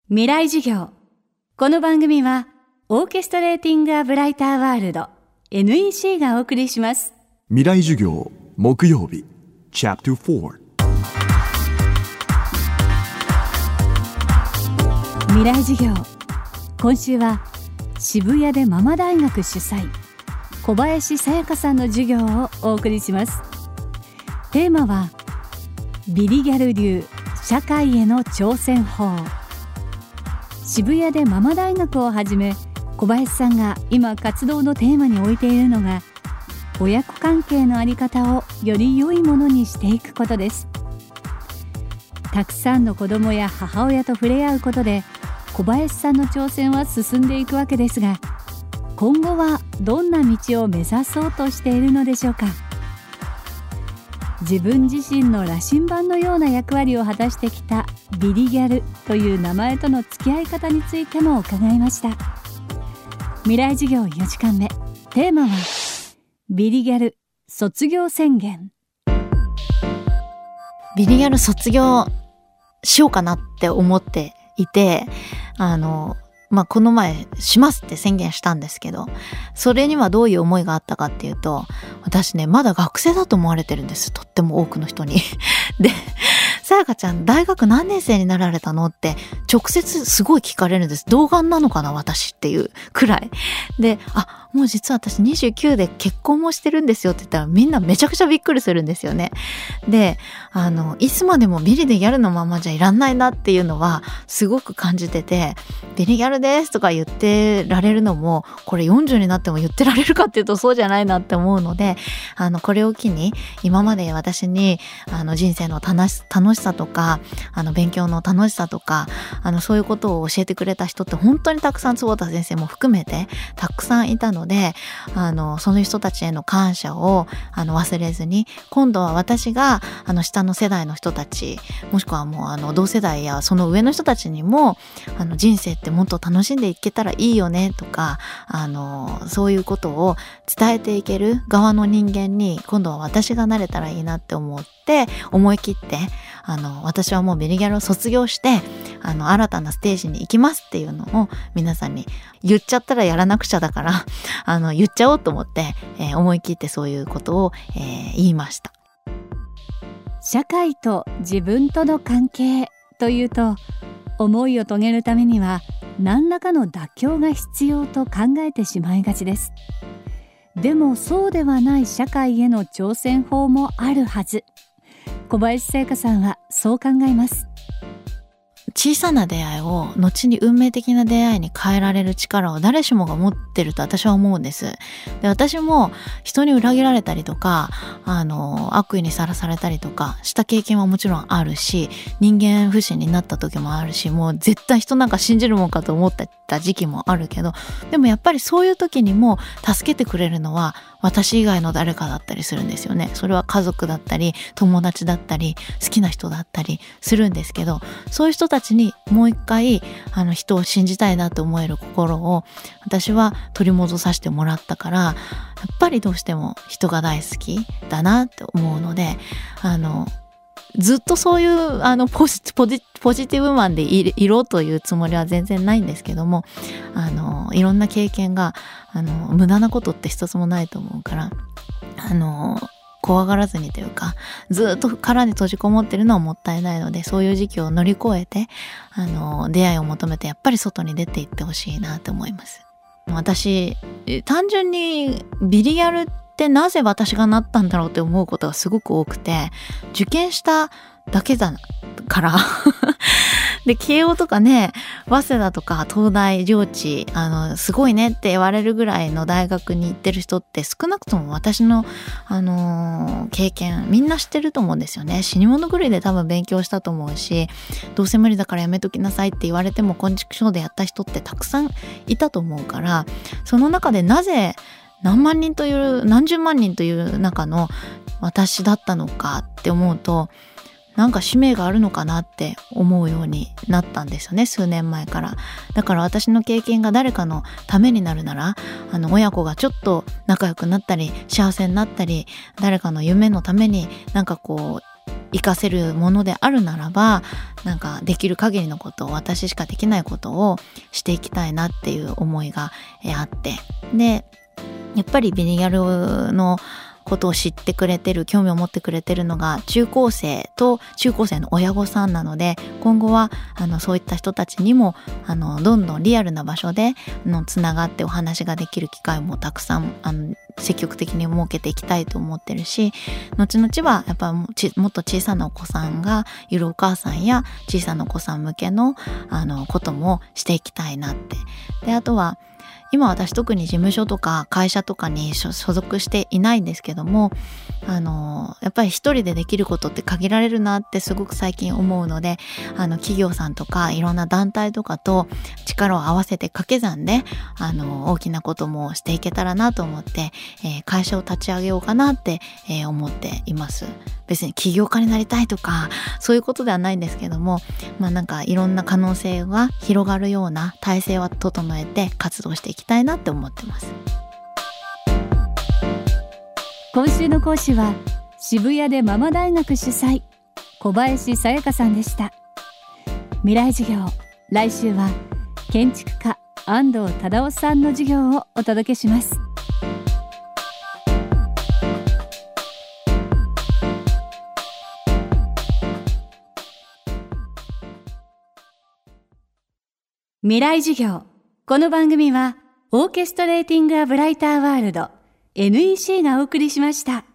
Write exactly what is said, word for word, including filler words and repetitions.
未来授業。この番組はオーケストレーティングアブライターワールド エヌイーシー がお送りします。 未来授業木曜日チャプターよん。 未来授業。今週は渋谷でママ大学主催小林さやかさんの授業をお送りします。テーマはビリギャル流社会への挑戦法。渋谷でママ大学をはじめ小林さんが今活動のテーマに置いているのが親子関係の在り方をより良いものにしていくことです。たくさんの子どもや母親と触れ合うことで小林さんの挑戦は進んでいくわけですが、今後はどんな道を目指そうとしているのでしょうか。自分自身の羅針盤のような役割を果たしてきたビリギャルという名前との付き合い方についても伺いました。未来授業よじかんめ、テーマはビリギャル卒業宣言。 ビリギャル卒業しようかなって思っていて、あのまあ、この前しますって宣言したんですけど、それにはどういう思いがあったかっていうと、私ねまだ学生だと思われてるんです、とっても多くの人にで、さやかちゃん大学何年生になられたのって直接すごい聞かれるんです。童顔なのかな私っていうくらいで、あ、もう実は私にじゅうきゅうで結婚もしてるんですよって言ったらみんなめちゃくちゃびっくりするんですよね。で、あのいつまでもビリでギャルのままじゃいらんないなっていうのはすごく感じてて、ビリギャルですとか言ってられるのもこれよんじゅうになっても言ってられるかっていうとそうじゃないなって思うので、あのこれを機に今まで私にあの人生の楽し楽しさとかあの勉強の楽しさとかあのそういうことを教えてくれた人って本当にたくさん、坪田先生も含めてたくさんいたので、あのその人たちへの感謝をあの忘れずに、今度は私があの下の世代の人たち、もしくはもうあの同世代やその上の人たちにもあの人生ってもっと楽しんでいけたらいいよねとか、あのそういうことを伝えていける側の人間に今度は私がなれたらいいなって思って思い切って、あの私はもうビリギャルを卒業してあの新たなステージに行きますっていうのを皆さんに言っちゃったらやらなくちゃだからあの言っちゃおうと思って、えー、思い切ってそういうことを、えー、言いました。 社会と自分との関係というと、思いを遂げるためには何らかの妥協が必要と考えてしまいがちです。でもそうではない社会への挑戦法もあるはず。小林聖華さんはそう考えます。 小さな出会いを後に運命的な出会いに変えられる力を誰しもが持ってると私は思うんです。で、私も人に裏切られたりとか、あの悪意にさらされたりとかした経験はもちろんあるし、人間不信になった時もあるし、もう絶対人なんか信じるもんかと思ってた時期もあるけど、でもやっぱりそういう時にも助けてくれるのは私以外の誰かだったりするんですよね。それは家族だったり友達だったり好きな人だったりするんですけど、そういう人たちにもう一回あの人を信じたいなと思える心を私は取り戻させてもらったから、やっぱりどうしても人が大好きだなって思うので、あのずっとそういうあのポジ、ポジ、ポジティブマンで い, いろというつもりは全然ないんですけども、あのいろんな経験があの無駄なことって一つもないと思うから、あの怖がらずにというか、ずっと殻に閉じこもってるのはもったいないので、そういう時期を乗り越えてあの出会いを求めてやっぱり外に出ていってほしいなと思います。私単純にビリギャルってなぜ私がなったんだろうって思うことがすごく多くて、受験しただけだからで、慶応とかね、早稲田とか東大、上智、あのすごいねって言われるぐらいの大学に行ってる人って少なくとも私の、あのー、経験みんな知ってると思うんですよね。死に物狂いで多分勉強したと思うし、どうせ無理だからやめときなさいって言われても昆虫賞でやった人ってたくさんいたと思うから、その中でなぜ何万人という何十万人という中の私だったのかって思うと、なんか使命があるのかなって思うようになったんですよね、数年前から。だから私の経験が誰かのためになるなら、あの親子がちょっと仲良くなったり幸せになったり、誰かの夢のためになんかこう活かせるものであるならば、なんかできる限りのことを、私しかできないことをしていきたいなっていう思いがあって、でやっぱりビリギャルのことを知ってくれてる、興味を持ってくれてるのが中高生と中高生の親御さんなので、今後はあのそういった人たちにもあのどんどんリアルな場所でのつながってお話ができる機会もたくさんあの積極的に設けていきたいと思ってるし、後々はやっぱもっと小さなお子さんがいるお母さんや小さなお子さん向けのあのこともしていきたいなって。であとは今私特に事務所とか会社とかに所属していないんですけども、あのやっぱり一人でできることって限られるなってすごく最近思うので、あの企業さんとかいろんな団体とかと力を合わせて掛け算であの大きなこともしていけたらなと思って、えー、会社を立ち上げようかなって、えー、思っています。別に起業家になりたいとかそういうことではないんですけども、まあなんかいろんな可能性が広がるような体制は整えて活動していきたいなって思ってます。 今週の講師は渋谷でママ大学主催、小林さやかさんでした。未来授業、来週は建築家安藤忠雄さんの授業をお届けします。未来授業。この番組はオーケストレーティング・ア・ブライター・ワールド エヌイーシー がお送りしました。